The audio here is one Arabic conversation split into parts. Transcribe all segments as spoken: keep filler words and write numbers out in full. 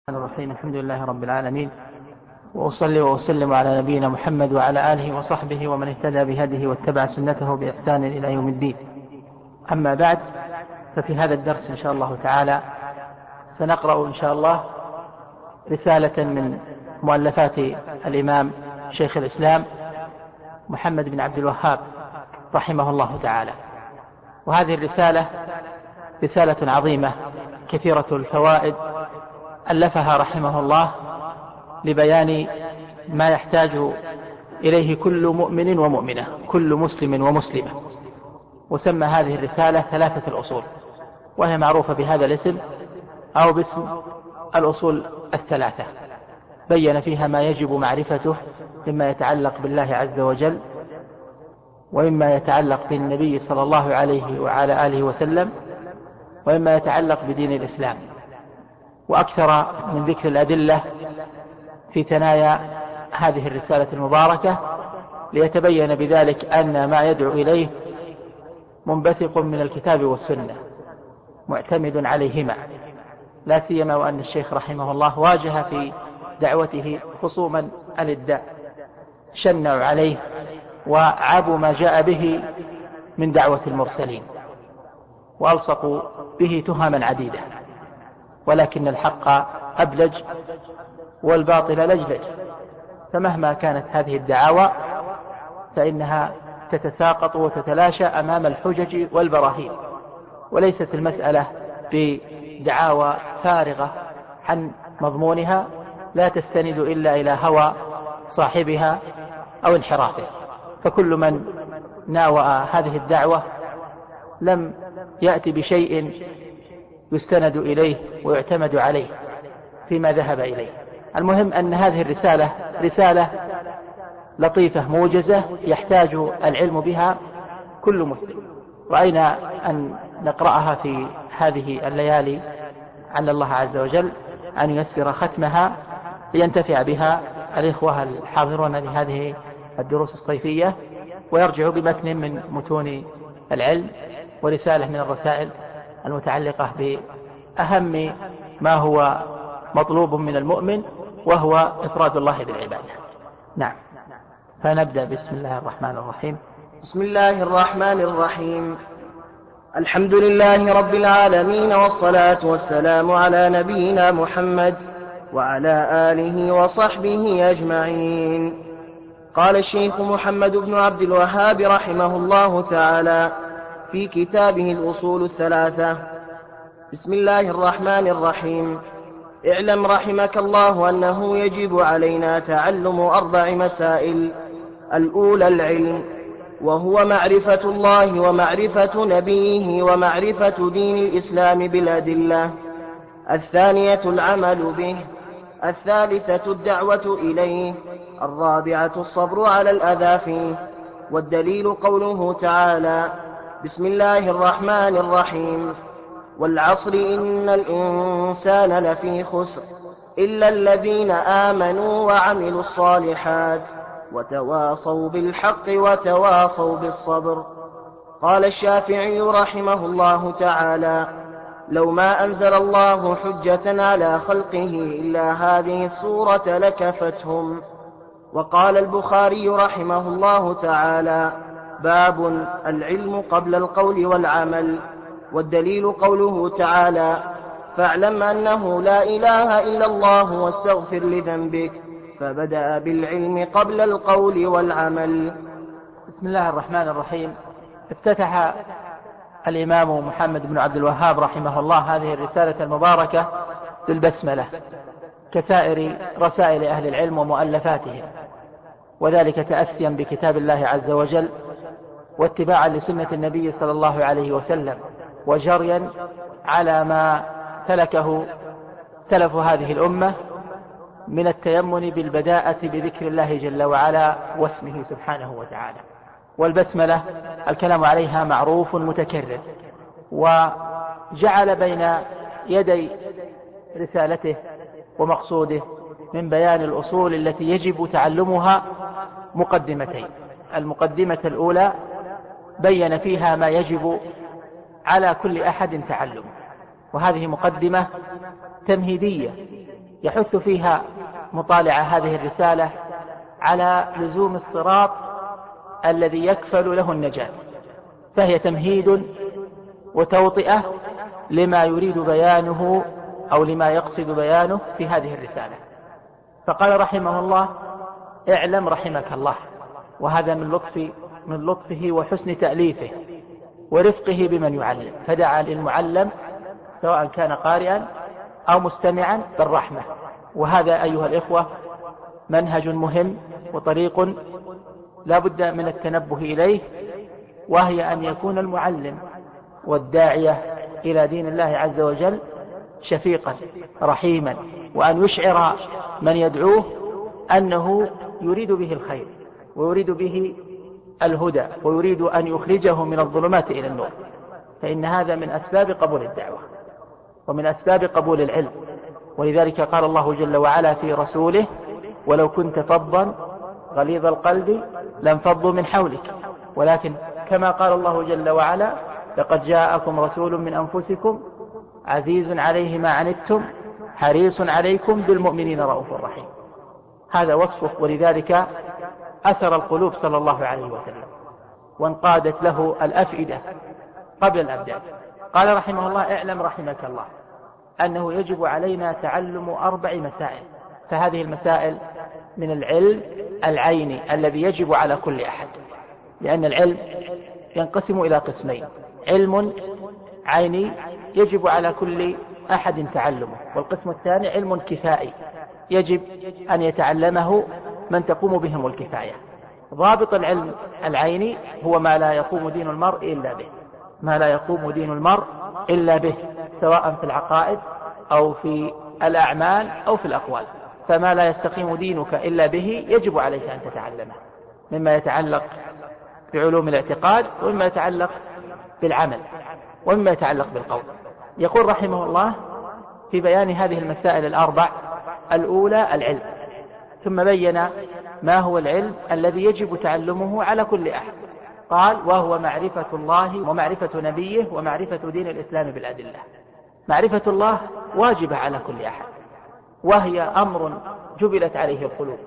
الرحمن الرحيم. الحمد لله رب العالمين، وأصلي وأسلم على نبينا محمد وعلى آله وصحبه ومن اهتدى بهديه واتبع سنته بإحسان إلى يوم الدين. أما بعد، ففي هذا الدرس إن شاء الله تعالى سنقرأ إن شاء الله رسالة من مؤلفات الإمام شيخ الإسلام محمد بن عبد الوهاب رحمه الله تعالى. وهذه الرسالة رسالة عظيمة كثيرة الفوائد ألفها رحمه الله لبيان ما يحتاج إليه كل مؤمن ومؤمنة، كل مسلم ومسلمة. وسمى هذه الرسالة ثلاثة الأصول، وهي معروفة بهذا الاسم أو باسم الأصول الثلاثة. بين فيها ما يجب معرفته مما يتعلق بالله عز وجل، ومما يتعلق بالنبي صلى الله عليه وعلى آله وسلم، ومما يتعلق بدين الإسلام. وأكثر من ذكر الأدلة في ثنايا هذه الرسالة المباركة، ليتبين بذلك أن ما يدعو إليه منبثق من الكتاب والسنة معتمد عليهما، لا سيما وأن الشيخ رحمه الله واجه في دعوته خصوما الإدعاء شنعوا عليه وعابوا ما جاء به من دعوة المرسلين، وألصقوا به تهما عديدة، ولكن الحق أبلج والباطل لجلج. فمهما كانت هذه الدعاوى فإنها تتساقط وتتلاشى أمام الحجج والبراهين، وليست المسألة بدعاوى فارغة عن مضمونها لا تستند إلا إلى هوى صاحبها أو انحرافه. فكل من ناوى هذه الدعوة لم يأتي بشيء يستند إليه ويعتمد عليه فيما ذهب إليه. المهم أن هذه الرسالة رسالة لطيفة موجزة يحتاج العلم بها كل مسلم. رأينا أن نقرأها في هذه الليالي، على الله عز وجل أن ييسر ختمها لينتفع بها الإخوة الحاضرون لهذه الدروس الصيفية، ويرجع بمتن من متون العلم ورسالة من الرسائل المتعلقة بأهم ما هو مطلوب من المؤمن، وهو إفراد الله بالعبادة. نعم، فنبدأ. بسم الله الرحمن الرحيم. بسم الله الرحمن الرحيم. الحمد لله رب العالمين، والصلاة والسلام على نبينا محمد وعلى آله وصحبه أجمعين. قال الشيخ محمد بن عبد الوهاب رحمه الله تعالى في كتابه الأصول الثلاثة: بسم الله الرحمن الرحيم. اعلم رحمك الله أنه يجب علينا تعلم أربع مسائل. الأولى العلم، وهو معرفة الله ومعرفة نبيه ومعرفة دين الإسلام بالأدلة. الثانية العمل به. الثالثة الدعوة إليه. الرابعة الصبر على الأذى فيه. والدليل قوله تعالى: بسم الله الرحمن الرحيم. والعصر إن الإنسان لفي خسر إلا الذين آمنوا وعملوا الصالحات وتواصوا بالحق وتواصوا بالصبر. قال الشافعي رحمه الله تعالى: لو ما أنزل الله حجة على خلقه إلا هذه السورة لكفتهم. وقال البخاري رحمه الله تعالى: باب العلم قبل القول والعمل. والدليل قوله تعالى: فاعلم أنه لا إله إلا الله واستغفر لذنبك، فبدأ بالعلم قبل القول والعمل. بسم الله الرحمن الرحيم. افتتح الإمام محمد بن عبد الوهاب رحمه الله هذه الرسالة المباركة بالبسملة، كسائر رسائل أهل العلم ومؤلفاتهم، وذلك تأسيا بكتاب الله عز وجل، واتباعا لسنة النبي صلى الله عليه وسلم، وجريا على ما سلكه سلف هذه الأمة من التيمن بالبداءة بذكر الله جل وعلا واسمه سبحانه وتعالى. والبسملة الكلام عليها معروف متكرر، وجعل بين يدي رسالته ومقصوده من بيان الأصول التي يجب تعلمها مقدمتين. المقدمة الأولى بين فيها ما يجب على كل أحد تعلمه، وهذه مقدمة تمهيدية يحث فيها مطالع هذه الرسالة على لزوم الصراط الذي يكفل له النجاة، فهي تمهيد وتوطئة لما يريد بيانه أو لما يقصد بيانه في هذه الرسالة. فقال رحمه الله: اعلم رحمك الله. وهذا من لطف من لطفه وحسن تأليفه ورفقه بمن يعلم، فدعا للمعلم سواء كان قارئا أو مستمعا بالرحمة. وهذا أيها الإخوة منهج مهم وطريق لا بد من التنبه إليه، وهي أن يكون المعلم والداعية إلى دين الله عز وجل شفيقا رحيما، وأن يشعر من يدعوه أنه يريد به الخير ويريد به الهدى ويريد أن يخرجه من الظلمات إلى النور، فإن هذا من أسباب قبول الدعوة ومن أسباب قبول العلم. ولذلك قال الله جل وعلا في رسوله: ولو كنت فظا غليظ القلب لانفضوا من حولك، ولكن كما قال الله جل وعلا: لقد جاءكم رسول من أنفسكم عزيز عليه ما عنتم حريص عليكم بالمؤمنين رؤوف رحيم. هذا وصفه، ولذلك أسر القلوب صلى الله عليه وسلم وانقادت له الأفئدة قبل الأبدان. قال رحمه الله: اعلم رحمك الله أنه يجب علينا تعلم أربع مسائل. فهذه المسائل من العلم العيني الذي يجب على كل أحد، لأن العلم ينقسم إلى قسمين: علم عيني يجب على كل أحد تعلمه، والقسم الثاني علم كفائي يجب أن يتعلمه من تقوم بهم الكفاية. ضابط العلم العيني هو ما لا يقوم دين المرء إلا به، ما لا يقوم دين المرء إلا به، سواء في العقائد أو في الأعمال أو في الأقوال. فما لا يستقيم دينك إلا به يجب عليك أن تتعلمه، مما يتعلق بعلوم الاعتقاد، ومما يتعلق بالعمل، ومما يتعلق بالقول. يقول رحمه الله في بيان هذه المسائل الأربع: الأولى العلم، ثم بين ما هو العلم الذي يجب تعلمه على كل أحد. قال: وهو معرفة الله ومعرفة نبيه ومعرفة دين الإسلام بالأدلة. معرفة الله واجبة على كل أحد، وهي أمر جبلت عليه القلوب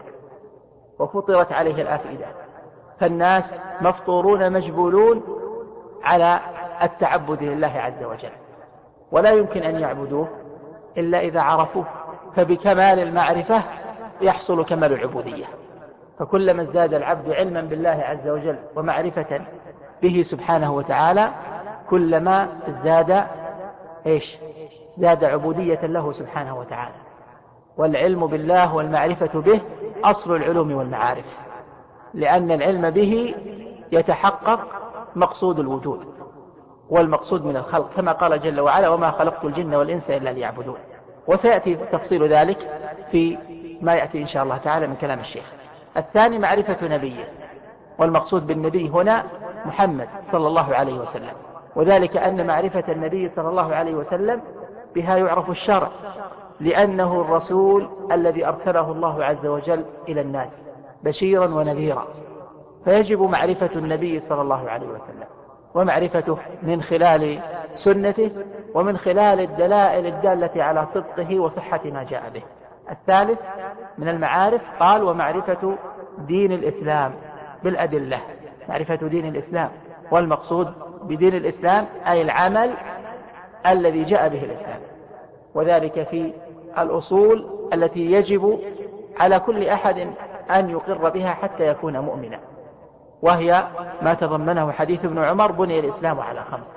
وفطرت عليه الأفئدة، فالناس مفطورون مجبولون على التعبد لله عز وجل، ولا يمكن أن يعبدوه إلا إذا عرفوه، فبكمال المعرفة يحصل كمال العبودية. فكلما ازداد العبد علما بالله عز وجل ومعرفة به سبحانه وتعالى، كلما ازداد إيش؟ زاد عبودية له سبحانه وتعالى. والعلم بالله والمعرفة به أصل العلوم والمعارف، لأن العلم به يتحقق مقصود الوجود والمقصود من الخلق، كما قال جل وعلا: وما خلقت الجن والإنس إلا ليعبدون. وسيأتي تفصيل ذلك في ما يأتي إن شاء الله تعالى من كلام الشيخ. الثاني معرفة نبيه، والمقصود بالنبي هنا محمد صلى الله عليه وسلم، وذلك أن معرفة النبي صلى الله عليه وسلم بها يعرف الشرع، لأنه الرسول الذي أرسله الله عز وجل إلى الناس بشيرا ونذيرا، فيجب معرفة النبي صلى الله عليه وسلم ومعرفته من خلال سنته ومن خلال الدلائل الدالة على صدقه وصحة ما جاء به. الثالث من المعارف قال: ومعرفة دين الإسلام بالأدلة. معرفة دين الإسلام، والمقصود بدين الإسلام أي العمل الذي جاء به الإسلام، وذلك في الأصول التي يجب على كل أحد أن يقر بها حتى يكون مؤمنا، وهي ما تضمنه حديث ابن عمر: بني الإسلام على خمس: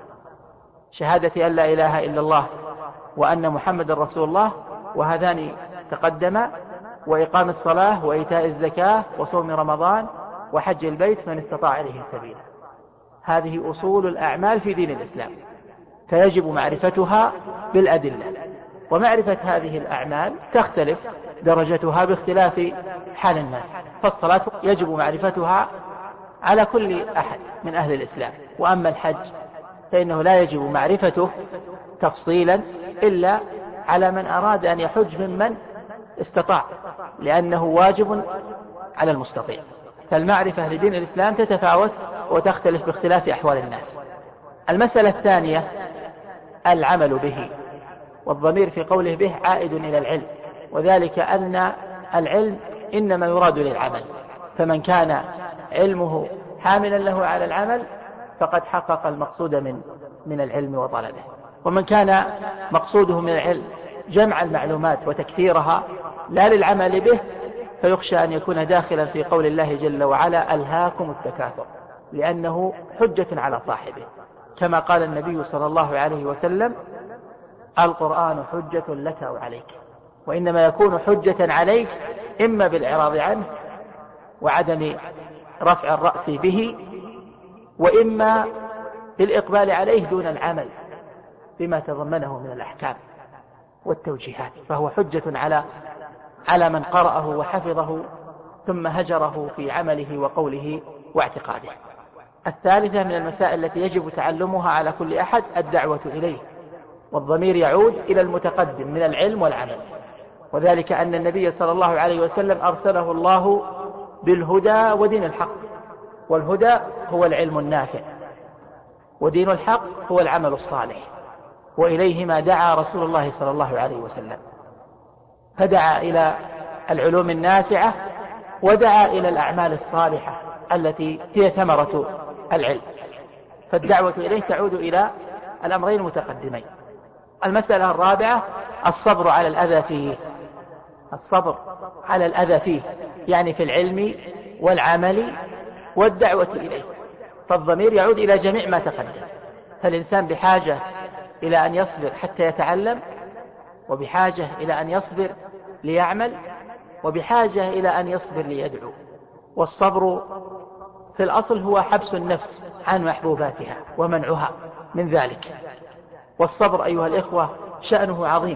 شهادة أن لا إله إلا الله وأن محمد رسول الله، وهذان تقدم، وإقام الصلاة وإيتاء الزكاة وصوم رمضان وحج البيت من استطاع إليه سبيلا. هذه أصول الأعمال في دين الإسلام، فيجب معرفتها بالأدلة. ومعرفة هذه الأعمال تختلف درجتها باختلاف حال الناس، فالصلاة يجب معرفتها على كل أحد من أهل الإسلام، وأما الحج فإنه لا يجب معرفته تفصيلا إلا على من أراد أن يحج ممن استطاع، لأنه واجب على المستطيع. فالمعرفة لدين الإسلام تتفاوت وتختلف باختلاف أحوال الناس. المسألة الثانية العمل به، والضمير في قوله به عائد إلى العلم، وذلك أن العلم إنما يراد للعمل، فمن كان علمه حاملا له على العمل فقد حقق المقصود من من العلم وطلبه. ومن كان مقصوده من العلم جمع المعلومات وتكثيرها لا للعمل به فيخشى أن يكون داخلا في قول الله جل وعلا ألهاكم التكاثر، لأنه حجة على صاحبه، كما قال النبي صلى الله عليه وسلم القرآن حجة لك أو عليك، وإنما يكون حجة عليك إما بالإعراض عنه وعدم رفع الرأس به، وإما بالإقبال عليه دون العمل بما تضمنه من الأحكام والتوجيهات، فهو حجة على على من قرأه وحفظه ثم هجره في عمله وقوله واعتقاده. الثالثة من المسائل التي يجب تعلمها على كل أحد الدعوة إليه، والضمير يعود إلى المتقدم من العلم والعمل، وذلك أن النبي صلى الله عليه وسلم أرسله الله بالهدى ودين الحق، والهدى هو العلم النافع، ودين الحق هو العمل الصالح، وإليهما دعا رسول الله صلى الله عليه وسلم، فدعا إلى العلوم النافعة ودعا إلى الأعمال الصالحة التي هي ثمرة العلم، فالدعوة إليه تعود إلى الأمرين المتقدمين. المسألة الرابعة الصبر على الأذى فيه، الصبر على الأذى فيه يعني في العلم والعمل والدعوة إليه، فالضمير يعود إلى جميع ما تقدم، فالإنسان بحاجة إلى أن يصبر حتى يتعلم، وبحاجة إلى أن يصبر ليعمل، وبحاجة إلى أن يصبر ليدعو. والصبر في الأصل هو حبس النفس عن محبوباتها ومنعها من ذلك، والصبر أيها الإخوة شأنه عظيم،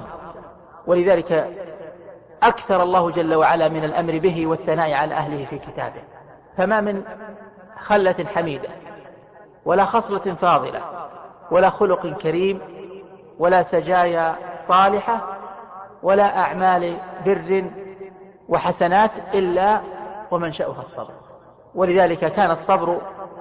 ولذلك أكثر الله جل وعلا من الأمر به والثناء على أهله في كتابه، فما من خلة حميدة ولا خصلة فاضلة ولا خلق كريم ولا سجايا صالحة ولا أعمال بر وحسنات إلا ومنشأها الصبر، ولذلك كان الصبر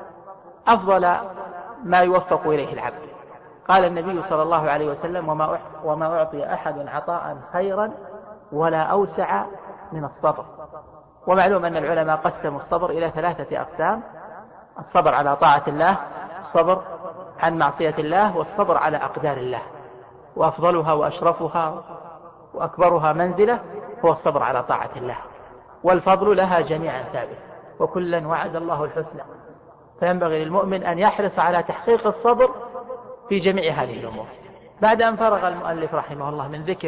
أفضل ما يوفق إليه العبد. قال النبي صلى الله عليه وسلم وما وما أعطي أحد عطاء خيرا ولا أوسع من الصبر. ومعلوم أن العلماء قسموا الصبر إلى ثلاثة أقسام: الصبر على طاعة الله، الصبر عن معصية الله، والصبر على أقدار الله، وأفضلها وأشرفها وأكبرها منزلة هو الصبر على طاعة الله، والفضل لها جميعا ثابت، وكلا وعد الله الحسنى، فينبغي للمؤمن أن يحرص على تحقيق الصبر في جميع هذه الأمور. بعد أن فرغ المؤلف رحمه الله من ذكر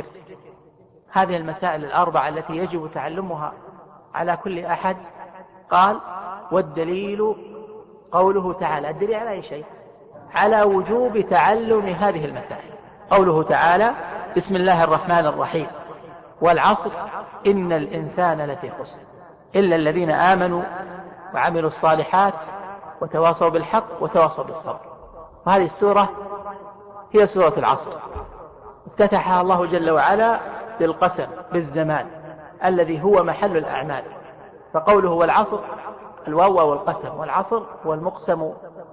هذه المسائل الأربعة التي يجب تعلمها على كل أحد، قال: والدليل قوله تعالى. الدليل على أي شيء؟ على وجوب تعلم هذه المسائل. قوله تعالى: بسم الله الرحمن الرحيم، والعصر إن الإنسان لفي خسر إلا الذين آمنوا وعملوا الصالحات وتواصوا بالحق وتواصوا بالصبر. وهذه السورة هي سورة العصر، افتتحها الله جل وعلا بالقسم بالزمان الذي هو محل الأعمال، فقوله والعصر الواو والقسم، والعصر هو المقسم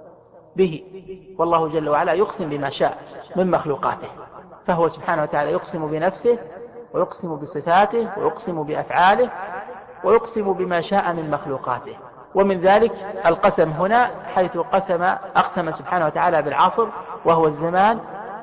به، والله جل وعلا يقسم بما شاء من مخلوقاته، فهو سبحانه وتعالى يقسم بنفسه ويقسم بصفاته ويقسم بأفعاله ويقسم بما شاء من مخلوقاته. ومن ذلك القسم هنا، حيث قسم أقسم سبحانه وتعالى بالعصر وهو الزمان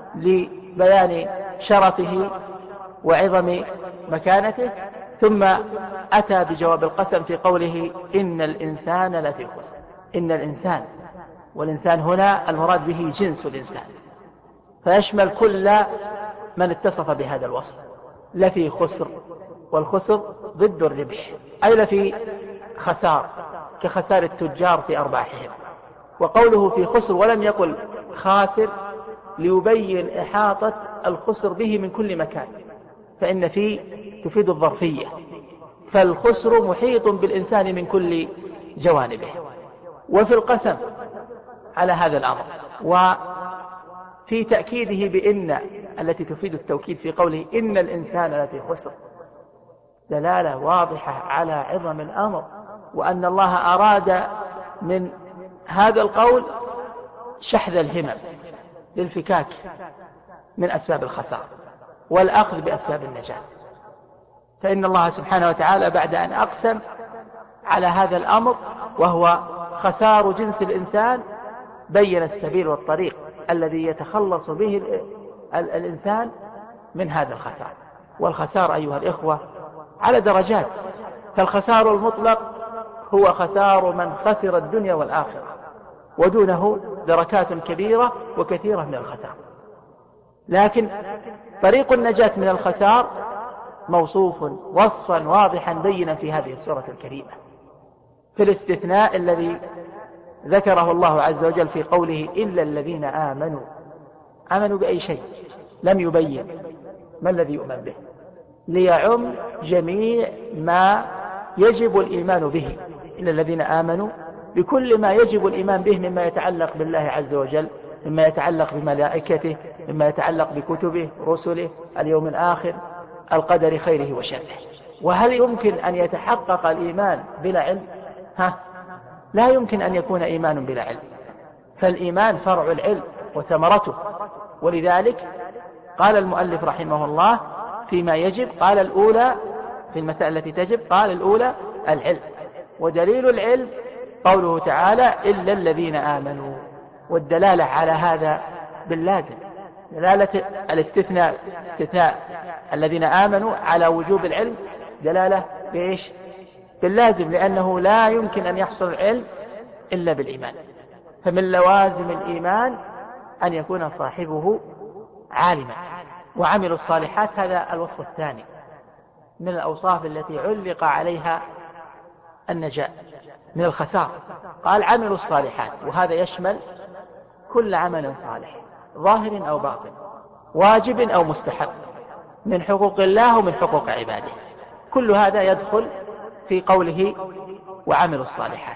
لبيان شرفه وعظم مكانته، ثم أتى بجواب القسم في قوله إن الإنسان لفي خسر. إن الإنسان، والإنسان هنا المراد به جنس الإنسان، فيشمل كل من اتصف بهذا الوصف. لفي خسر، والخسر ضد الربح، أي لفي خسار كخسار التجار في أرباحهم. وقوله في خسر ولم يقل خاسر ليبين إحاطة الخسر به من كل مكان، فإن في تفيد الظرفية، فالخسر محيط بالإنسان من كل جوانبه. وفي القسم على هذا الأمر، وفي تأكيده بإن التي تفيد التوكيد في قوله إن الإنسان لفي خسر دلالة واضحة على عظم الأمر، وأن الله أراد من هذا القول شحذ الهمم للفكاك من أسباب الخسارة والأخذ بأسباب النجاة. فإن الله سبحانه وتعالى بعد أن أقسم على هذا الأمر وهو خسار جنس الإنسان بين السبيل والطريق الذي يتخلص به الإنسان من هذا الخسار. والخسار أيها الإخوة على درجات، فالخسار المطلق هو خسار من خسر الدنيا والآخرة، ودونه دركات كبيرة وكثيرة من الخسار. لكن طريق النجاة من الخسار موصوف وصفا واضحا بينا في هذه السورة الكريمة، في الاستثناء الذي ذكره الله عز وجل في قوله إلا الذين آمنوا. آمنوا بأي شيء؟ لم يبين ما الذي يؤمن به، ليعم جميع ما يجب الإيمان به. إلا الذين آمنوا بكل ما يجب الإيمان به مما يتعلق بالله عز وجل، مما يتعلق بملائكته، مما يتعلق بكتبه، رسله، اليوم الآخر، القدر خيره وشره. وهل يمكن أن يتحقق الإيمان بلا علم؟ ها؟ لا يمكن أن يكون إيمان بلا علم، فالإيمان فرع العلم وثمرته. ولذلك قال المؤلف رحمه الله فيما يجب، قال الأولى في المسائل التي تجب، قال الأولى العلم، ودليل العلم قوله تعالى إلا الذين آمنوا، والدلالة على هذا باللازم، دلالة الاستثناء استثناء الذين آمنوا على وجوب العلم دلالة بإيش؟ باللازم، لأنه لا يمكن أن يحصل العلم إلا بالإيمان. فمن لوازم الإيمان أن يكون صاحبه عالما وعمل الصالحات. هذا الوصف الثاني من الأوصاف التي علق عليها النجاة من الخسار. قال عمل الصالحات، وهذا يشمل كل عمل صالح ظاهر أو باطن، واجب أو مستحب، من حقوق الله ومن حقوق عباده، كل هذا يدخل في قوله وعمل الصالحات.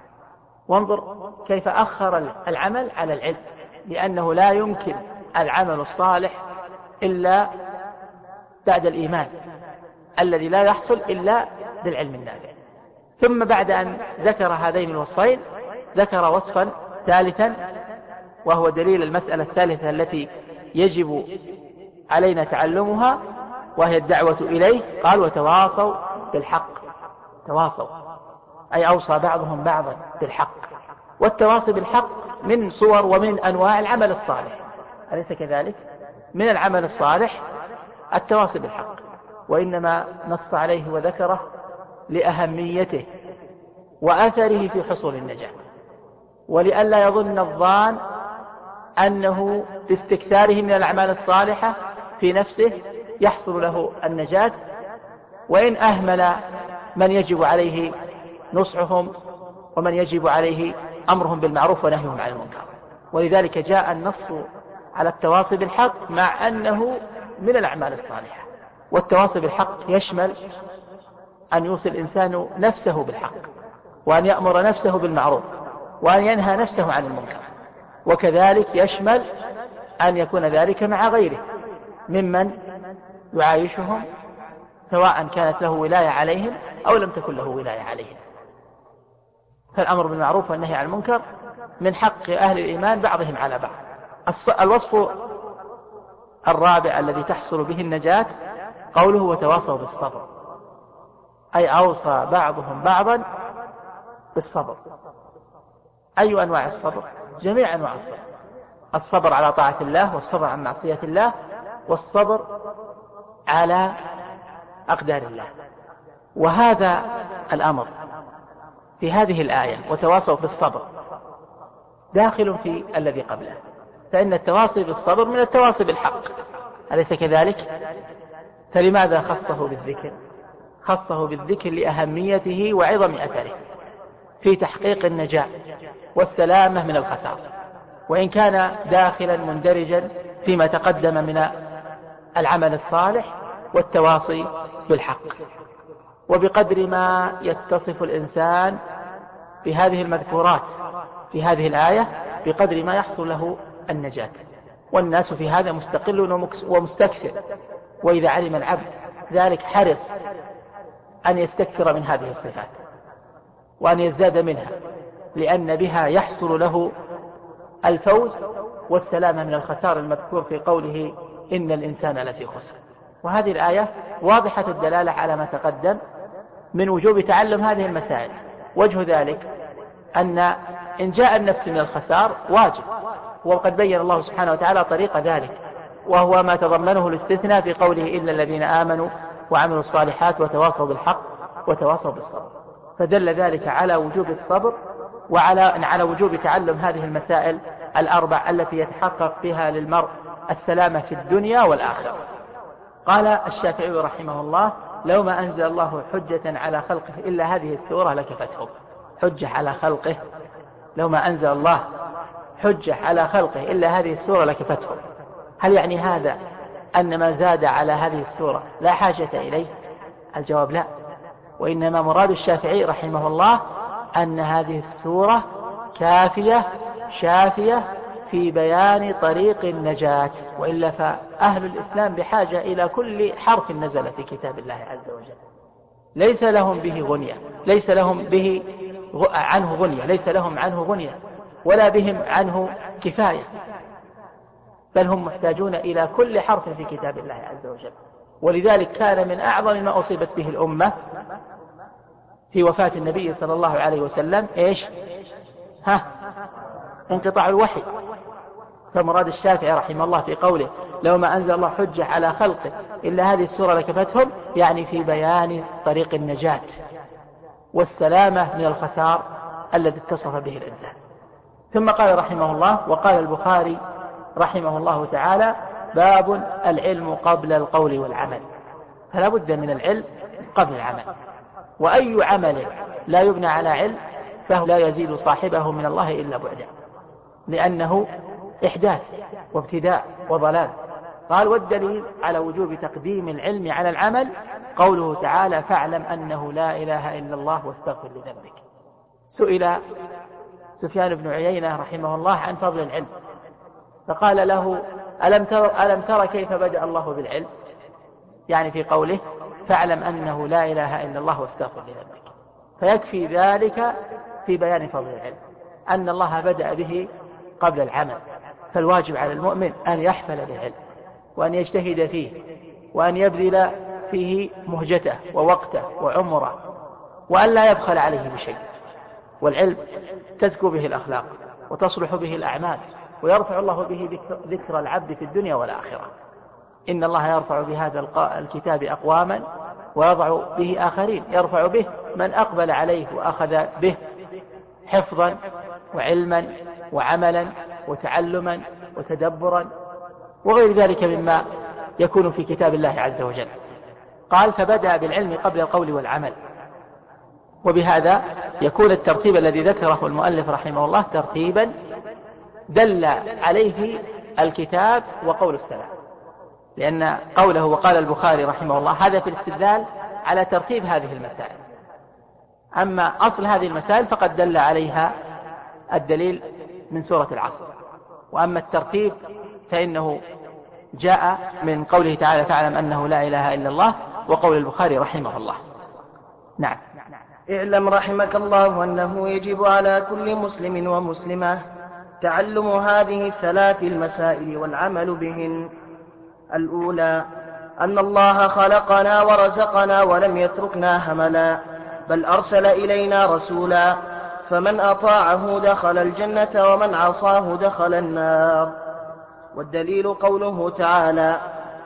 وانظر كيف أخر العمل على العلم، لأنه لا يمكن العمل الصالح إلا بعد الإيمان الذي لا يحصل إلا بالعلم النافع. ثم بعد أن ذكر هذين الوصفين ذكر وصفا ثالثا، وهو دليل المسألة الثالثة التي يجب علينا تعلمها، وهي الدعوة إليه. قال وتواصوا بالحق. تواصوا أي أوصى بعضهم بعضا بالحق، والتواصي بالحق من صور ومن أنواع العمل الصالح، أليس كذلك؟ من العمل الصالح التواصي بالحق، وإنما نص عليه وذكره لأهميته وأثره في حصول النجاة، ولئلا يظن الظان أنه باستكثاره من الأعمال الصالحة في نفسه يحصل له النجاة، وإن أهمل من يجب عليه نصحهم ومن يجب عليه أمرهم بالمعروف ونهيهم عن المنكر. ولذلك جاء النص على التواصي بالحق مع أنه من الأعمال الصالحة. والتواصي بالحق يشمل أن يوصي الإنسان نفسه بالحق، وأن يأمر نفسه بالمعروف، وأن ينهى نفسه عن المنكر، وكذلك يشمل أن يكون ذلك مع غيره ممن يعايشهم، سواء كانت له ولاية عليهم أو لم تكن له ولاية عليهم. فالأمر بالمعروف والنهي عن المنكر من حق أهل الإيمان بعضهم على بعض. الوصف الرابع الذي تحصل به النجاة قوله وتواصوا بالصبر، أي أوصى بعضهم بعضا بالصبر. أي أنواع الصبر؟ جميع أنواع الصبر، الصبر على طاعة الله، والصبر عن معصية الله، والصبر على أقدار الله. وهذا الأمر في هذه الآية وتواصوا بالصبر داخل في الذي قبله، فإن التواصي بالصبر من التواصي بالحق، أليس كذلك؟ فلماذا خصه بالذكر؟ خصه بالذكر لأهميته وعظم أثره في تحقيق النجاة والسلامة من الخسارة، وإن كان داخلا مندرجا فيما تقدم من العمل الصالح والتواصي بالحق. وبقدر ما يتصف الإنسان بهذه المذكورات في هذه الآية بقدر ما يحصل له النجاة. والناس في هذا مستقل ومستكثر، وإذا علم العبد ذلك حرص أن يستكثر من هذه الصفات وأن يزداد منها، لأن بها يحصل له الفوز والسلامة من الخسار المذكور في قوله إن الإنسان لفي خسر. وهذه الآية واضحة الدلالة على ما تقدم من وجوب تعلم هذه المسائل. وجه ذلك أن إن جاء النفس من الخسار واجب، وقد بين الله سبحانه وتعالى طريق ذلك، وهو ما تضمنه الاستثناء في قوله إلا الذين آمنوا وعملوا الصالحات وتواصوا بالحق وتواصوا بالصبر، فدل ذلك على وجوب الصبر وعلى على وجوب تعلم هذه المسائل الأربع التي يتحقق بها للمرء السلامة في الدنيا والآخرة. قال الشافعي رحمه الله: لو ما أنزل الله حجة على خلقه إلا هذه السورة لكفتهم. حجة على خلقه، لو ما أنزل الله حجة على خلقه إلا هذه السورة لكفتهم. هل يعني هذا أن ما زاد على هذه السورة لا حاجة إليه؟ الجواب لا، وإنما مراد الشافعي رحمه الله أن هذه السورة كافية شافية في بيان طريق النجاة، وإلا فأهل الإسلام بحاجة إلى كل حرف نزل في كتاب الله عز وجل، ليس لهم به غنية، ليس لهم به عنه غنية، ليس لهم عنه غنية ولا بهم عنه كفاية، بل هم محتاجون إلى كل حرف في كتاب الله عز وجل. ولذلك كان من أعظم ما أصيبت به الأمة في وفاة النبي صلى الله عليه وسلم إيش؟ ها؟ انقطاع الوحي. فمراد الشافعي رحمه الله في قوله لو ما أنزل الله حجة على خلقه إلا هذه السورة لكفتهم، يعني في بيان طريق النجاة والسلامة من الخسار الذي اتصف به الإنسان. ثم قال رحمه الله: وقال البخاري رحمه الله تعالى: باب العلم قبل القول والعمل. فلا بد من العلم قبل العمل، وأي عمل لا يبنى على علم فهو لا يزيد صاحبه من الله إلا بعدا، لأنه إحداث وابتداء وضلال. قال: والدليل على وجوب تقديم العلم على العمل قوله تعالى: فاعلم أنه لا إله إلا الله واستغفر لذنبك. سئل سفيان بن عيينة رحمه الله عن فضل العلم، فقال له: ألم تر, ألم تر كيف بدأ الله بالعلم؟ يعني في قوله فاعلم أنه لا إله إلا الله واستغفر لذنبك. فيكفي ذلك في بيان فضل العلم أن الله بدأ به قبل العمل. فالواجب على المؤمن أن يحفل بالعلم وأن يجتهد فيه وأن يبذل فيه مهجته ووقته وعمره، وأن لا يبخل عليه بشيء. والعلم تزكو به الأخلاق وتصلح به الأعمال، ويرفع الله به ذكر العبد في الدنيا والآخرة. إن الله يرفع بهذا الكتاب أقواما ويضع به آخرين، يرفع به من أقبل عليه وأخذ به حفظا وعلما وعملا وتعلما وتدبرا وغير ذلك مما يكون في كتاب الله عز وجل. قال: فبدأ بالعلم قبل القول والعمل. وبهذا يكون الترتيب الذي ذكره المؤلف رحمه الله ترتيبا دل عليه الكتاب وقول السلف، لأن قوله وقال البخاري رحمه الله هذا في الاستدلال على ترتيب هذه المسائل. أما أصل هذه المسائل فقد دل عليها الدليل من سورة العصر، وأما الترتيب فإنه جاء من قوله تعالى فاعلم أنه لا إله إلا الله وقول البخاري رحمه الله. نعم. اعلم رحمك الله أنه يجب على كل مسلم ومسلمة تعلم هذه الثلاث المسائل والعمل بهن. الأولى أن الله خلقنا ورزقنا ولم يتركنا هملا، بل أرسل إلينا رسولا، فمن أطاعه دخل الجنة ومن عصاه دخل النار. والدليل قوله تعالى: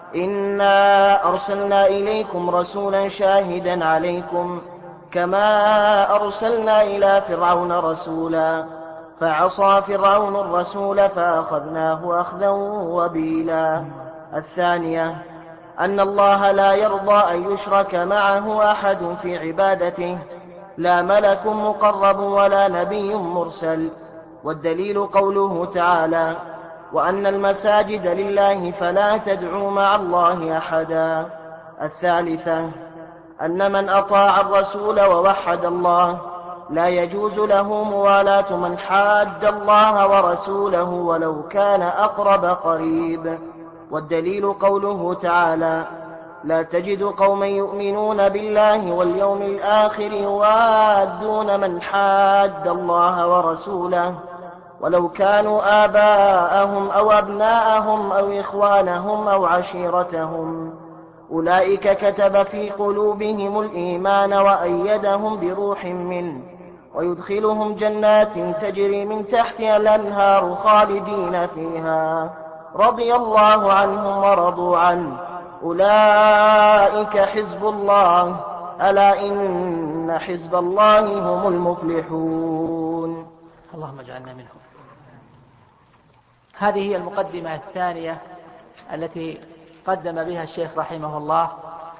إنا أرسلنا إليكم رسولا شاهدا عليكم كما أرسلنا إلى فرعون رسولا، فعصى فرعون الرسول فأخذناه أخذا وبيلا. الثانية أن الله لا يرضى أن يشرك معه أحد في عبادته، لا ملك مقرب ولا نبي مرسل. والدليل قوله تعالى: وأن المساجد لله فلا تدعوا مع الله أحدا. الثالثة أن من أطاع الرسول ووحد الله لا يجوز له موالاة من حاد الله ورسوله ولو كان أقرب قريب. والدليل قوله تعالى: لا تجد قوما يؤمنون بالله واليوم الآخر يوادون من حاد الله ورسوله ولو كانوا آباءهم أو أبناءهم أو إخوانهم أو عشيرتهم أولئك كتب في قلوبهم الإيمان وأيدهم بروح منه ويدخلهم جنات تجري من تحتها الأنهار خالدين فيها رضي الله عنهم ورضوا عنه أولئك حزب الله ألا إن حزب الله هم المفلحون. اللهم اجعلنا منهم. هذه هي المقدمة الثانية التي قدم بها الشيخ رحمه الله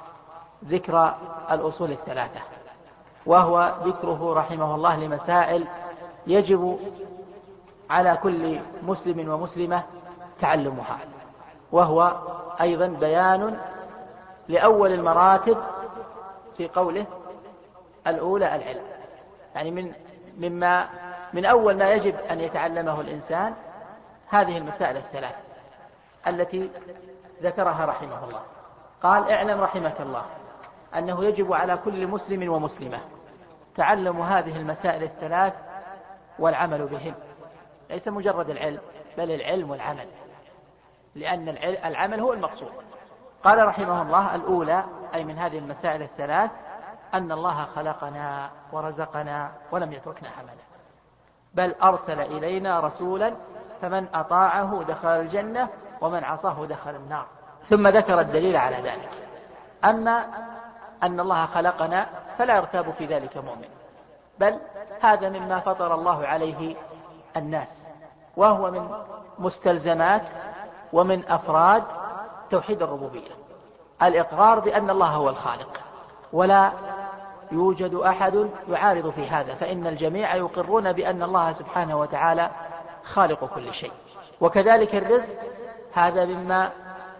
ذكر الأصول الثلاثة، وهو ذكره رحمه الله لمسائل يجب على كل مسلم ومسلمة تعلمها، وهو أيضا بيان لأول المراتب في قوله الأولى العلم، يعني من مما من أول ما يجب أن يتعلمه الإنسان هذه المسائل الثلاث التي ذكرها رحمه الله. قال: اعلم رحمك الله أنه يجب على كل مسلم ومسلمة تعلم هذه المسائل الثلاث والعمل بهن، ليس مجرد العلم بل العلم والعمل، لأن العمل هو المقصود. قال رحمه الله: الأولى أي من هذه المسائل الثلاث أن الله خلقنا ورزقنا ولم يتركنا حملا، بل أرسل إلينا رسولا فمن أطاعه دخل الجنة ومن عصاه دخل النار. ثم ذكر الدليل على ذلك. أما أن الله خلقنا فلا يرتاب في ذلك مؤمن، بل هذا مما فطر الله عليه الناس، وهو من مستلزمات ومن أفراد توحيد الربوبية، الإقرار بأن الله هو الخالق، ولا يوجد أحد يعارض في هذا، فإن الجميع يقرون بأن الله سبحانه وتعالى خالق كل شيء. وكذلك الرزق هذا مما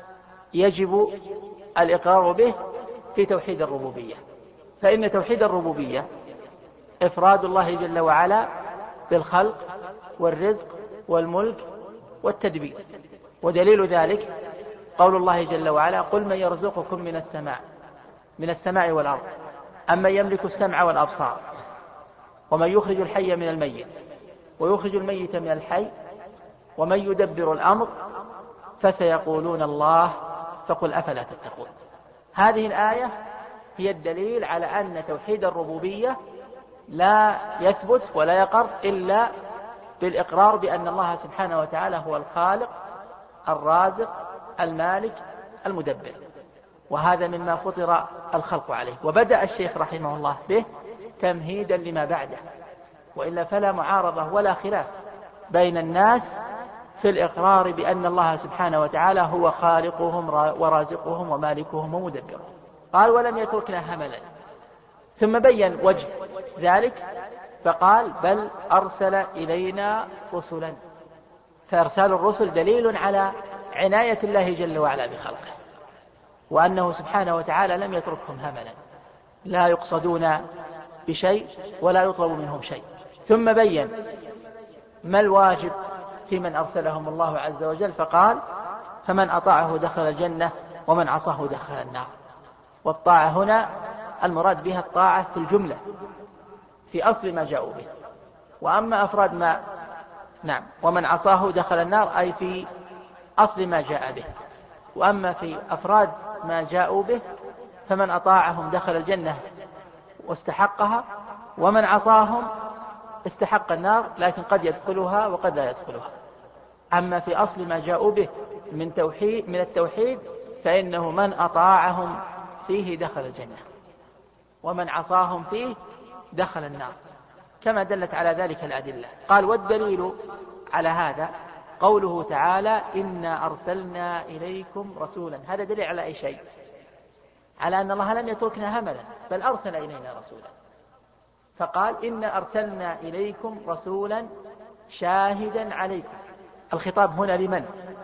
يجب الإقرار به في توحيد الربوبية، فإن توحيد الربوبية إفراد الله جل وعلا بالخلق والرزق والملك والتدبير، ودليل ذلك قول الله جل وعلا: قل من يرزقكم من السماء من السماء والأرض أمن يملك السمع والأبصار ومن يخرج الحي من الميت ويخرج الميت من الحي ومن يدبر الأمر فسيقولون الله فقل أفلا تتقون. هذه الآية هي الدليل على أن توحيد الربوبية لا يثبت ولا يقر إلا بالإقرار بأن الله سبحانه وتعالى هو الخالق الرازق المالك المدبر، وهذا مما فطر الخلق عليه. وبدأ الشيخ رحمه الله به تمهيدا لما بعده، وإلا فلا معارضة ولا خلاف بين الناس في الإقرار بأن الله سبحانه وتعالى هو خالقهم ورازقهم ومالكهم ومدبرهم. قال: ولم يتركنا هملا، ثم بين وجه ذلك فقال: بل أرسل إلينا رسلا. فإرسال الرسل دليل على عناية الله جل وعلا بخلقه، وأنه سبحانه وتعالى لم يتركهم هملا، لا يقصدون بشيء ولا يطلب منهم شيء. ثم بين ما الواجب في من أرسلهم الله عز وجل، فقال: فمن أطاعه دخل الجنة ومن عصاه دخل النار. والطاعة هنا المراد بها الطاعة في الجملة في أصل ما جاءوا به، وأما أفراد ما نعم ومن عصاه دخل النار أي في أصل ما جاء به، وأما في أفراد ما جاءوا به فمن أطاعهم دخل الجنة واستحقها، ومن عصاهم استحق النار لكن قد يدخلها وقد لا يدخلها. أما في أصل ما جاءوا به من توحيد من التوحيد فإنه من أطاعهم فيه دخل الجنة ومن عصاهم فيه دخل النار، كما دلت على ذلك الأدلة. قال: والدليل على هذا قوله تعالى: إنا أرسلنا إليكم رسولا. هذا دليل على أي شيء؟ على أن الله لم يتركنا هملا، بل أرسل إلينا رسولا. فقال: إنا أرسلنا إليكم رسولا شاهدا عليكم. الخطاب هنا لمن؟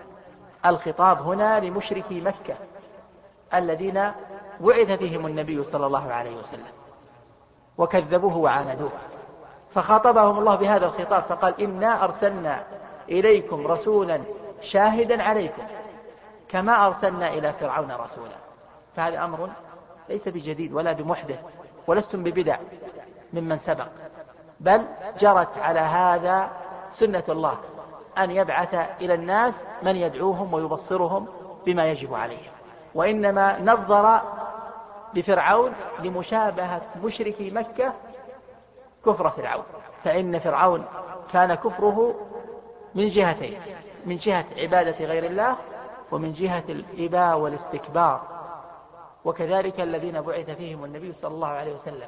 الخطاب هنا لمشركي مكة الذين بعث فيهم النبي صلى الله عليه وسلم وكذبوه وعاندوه، فخاطبهم الله بهذا الخطاب فقال: إنا أرسلنا إليكم رسولا شاهدا عليكم كما أرسلنا إلى فرعون رسولا. فهذا أمر ليس بجديد ولا بمحدث، ولستم ببدع ممن سبق، بل جرت على هذا سنة الله أن يبعث إلى الناس من يدعوهم ويبصرهم بما يجب عليهم. وإنما نظر بفرعون لمشابهة مشركي مكة كفر فرعون، فإن فرعون كان كفره من جهتين، من جهة عبادة غير الله ومن جهة الإباء والاستكبار. وكذلك الذين بعث فيهم النبي صلى الله عليه وسلم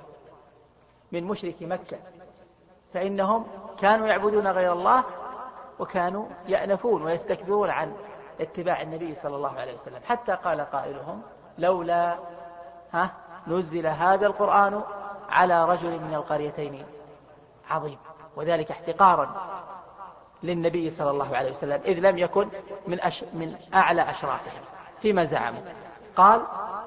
من مشركي مكة، فإنهم كانوا يعبدون غير الله وكانوا يأنفون ويستكبرون عن اتباع النبي صلى الله عليه وسلم، حتى قال قائلهم لولا ها نزل هذا القرآن على رجل من القريتين عظيم، وذلك احتقارا للنبي صلى الله عليه وسلم، إذ لم يكن من, أش من أعلى أشرافهم فيما زعموا. قال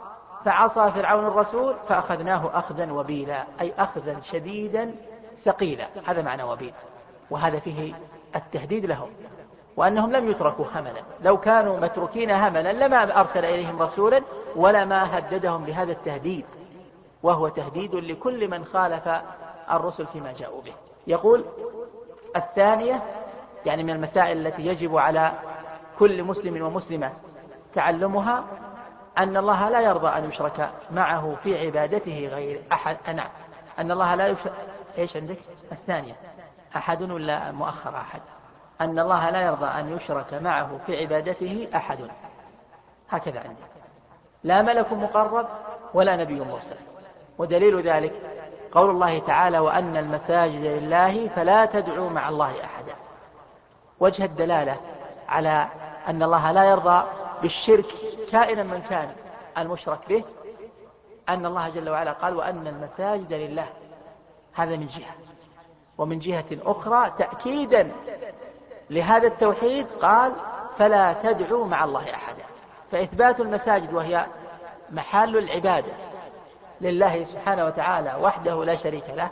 فعصى فرعون الرسول فأخذناه أخذا وبيلا، أي أخذا شديدا ثقيلا، هذا معنى وبيل. وهذا فيه التهديد لهم، وأنهم لم يتركوا هملا، لو كانوا متركين هملا لما أرسل إليهم رسولا ولا ما هددهم بهذا التهديد، وهو تهديد لكل من خالف الرسل فيما جاءوا به. يقول الثانية، يعني من المسائل التي يجب على كل مسلم ومسلمة تعلمها، أن الله لا يرضى أن يشرك معه في عبادته غير أحد. أنا أن الله لا يشرك. إيش عندك الثانية؟ أحد ولا مؤخر أحد؟ أن الله لا يرضى أن يشرك معه في عبادته أحد، هكذا عندي، لا ملك مقرب ولا نبي مرسل. ودليل ذلك قول الله تعالى وأن المساجد لله فلا تدعوا مع الله أحدا. وجه الدلالة على أن الله لا يرضى بالشرك كائنا من كان المشرك به، أن الله جل وعلا قال وأن المساجد لله، هذا من جهة. ومن جهة أخرى تأكيدا لهذا التوحيد قال فلا تدعوا مع الله أحدا. فإثبات المساجد وهي محل العبادة لله سبحانه وتعالى وحده لا شريك له،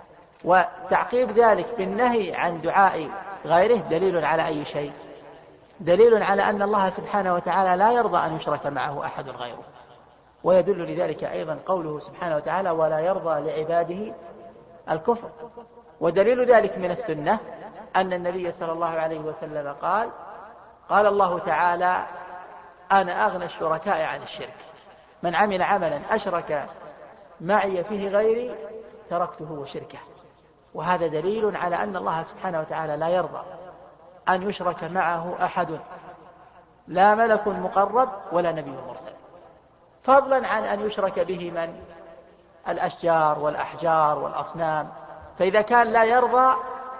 وتعقيب ذلك بالنهي عن دعاء غيره، دليل على أي شيء؟ دليل على أن الله سبحانه وتعالى لا يرضى أن يشرك معه أحد غيره. ويدل لذلك أيضا قوله سبحانه وتعالى ولا يرضى لعباده الكفر. ودليل ذلك من السنة أن النبي صلى الله عليه وسلم قال قال الله تعالى أنا أغنى الشركاء عن الشرك، من عمل عملا أشرك معي فيه غيري تركته وشركه. وهذا دليل على أن الله سبحانه وتعالى لا يرضى أن يشرك معه أحد، لا ملك مقرب ولا نبي مرسل، فضلا عن أن يشرك به من الأشجار والأحجار والأصنام. فإذا كان لا يرضى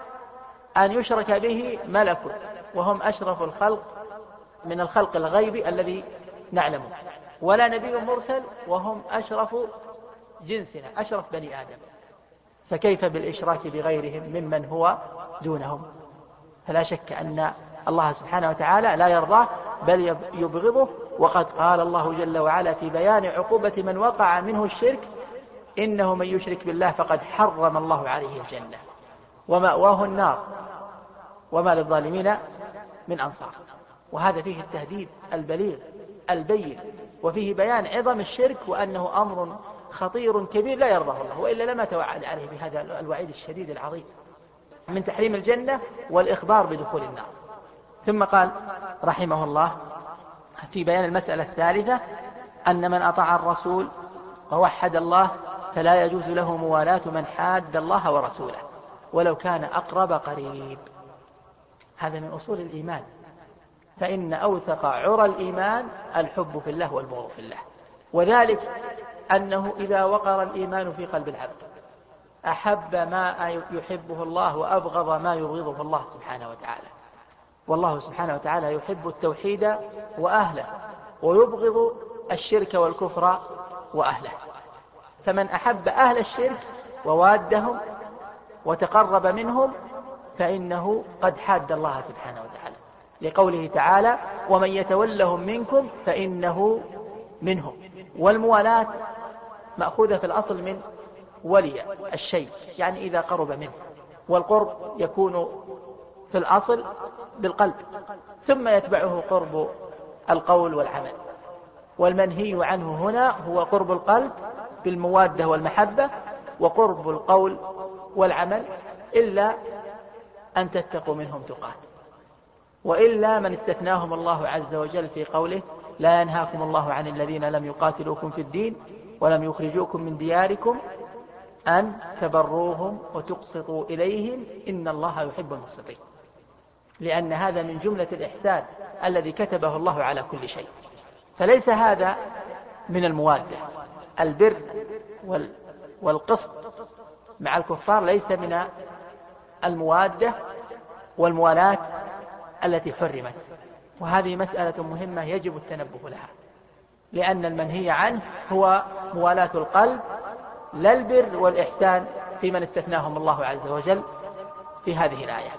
أن يشرك به ملك وهم أشرف الخلق من الخلق الغيبي الذي نعلمه، ولا نبي مرسل وهم أشرف جنسنا، أشرف بني آدم، فكيف بالإشراك بغيرهم ممن هو دونهم؟ فلا شك أن الله سبحانه وتعالى لا يرضاه بل يبغضه. وقد قال الله جل وعلا في بيان عقوبة من وقع منه الشرك إنه من يشرك بالله فقد حرم الله عليه الجنة ومأواه النار وما للظالمين من أنصار. وهذا فيه التهديد البليغ البين، وفيه بيان عظم الشرك وأنه أمر خطير كبير لا يرضاه الله، وإلا لما توعد عليه بهذا الوعيد الشديد العظيم من تحريم الجنة والإخبار بدخول النار. ثم قال رحمه الله في بيان المسألة الثالثة أن من أطاع الرسول ووحد الله فلا يجوز له موالاة من حاد الله ورسوله ولو كان أقرب قريب. هذا من أصول الإيمان، فإن أوثق عرى الإيمان الحب في الله والبغض في الله، وذلك أنه إذا وقر الإيمان في قلب العبد أحب ما يحبه الله وأبغض ما يبغضه الله سبحانه وتعالى. والله سبحانه وتعالى يحب التوحيد وأهله ويبغض الشرك والكفر وأهله، فمن أحب أهل الشرك ووادهم وتقرب منهم فإنه قد حاد الله سبحانه وتعالى، لقوله تعالى ومن يتولهم منكم فإنه منهم. والموالاة مأخوذة في الأصل من ولي الشيء، يعني إذا قرب منه، والقرب يكون في الأصل بالقلب ثم يتبعه قرب القول والعمل، والمنهي عنه هنا هو قرب القلب بالموادة والمحبة وقرب القول والعمل، إلا أن تتقوا منهم تقات، وإلا من استثناهم الله عز وجل في قوله لا ينهاكم الله عن الذين لم يقاتلوكم في الدين ولم يخرجوكم من دياركم أن تبروهم وتقسطوا إليهم إن الله يحب المقسطين، لأن هذا من جملة الإحسان الذي كتبه الله على كل شيء. فليس هذا من الموادة. البر والقسط مع الكفار ليس من الموادة والموالاة التي حرمت، وهذه مسألة مهمة يجب التنبه لها، لأن المنهي عنه هو موالاة القلب لا البر والإحسان في من استثناهم الله عز وجل في هذه الآية.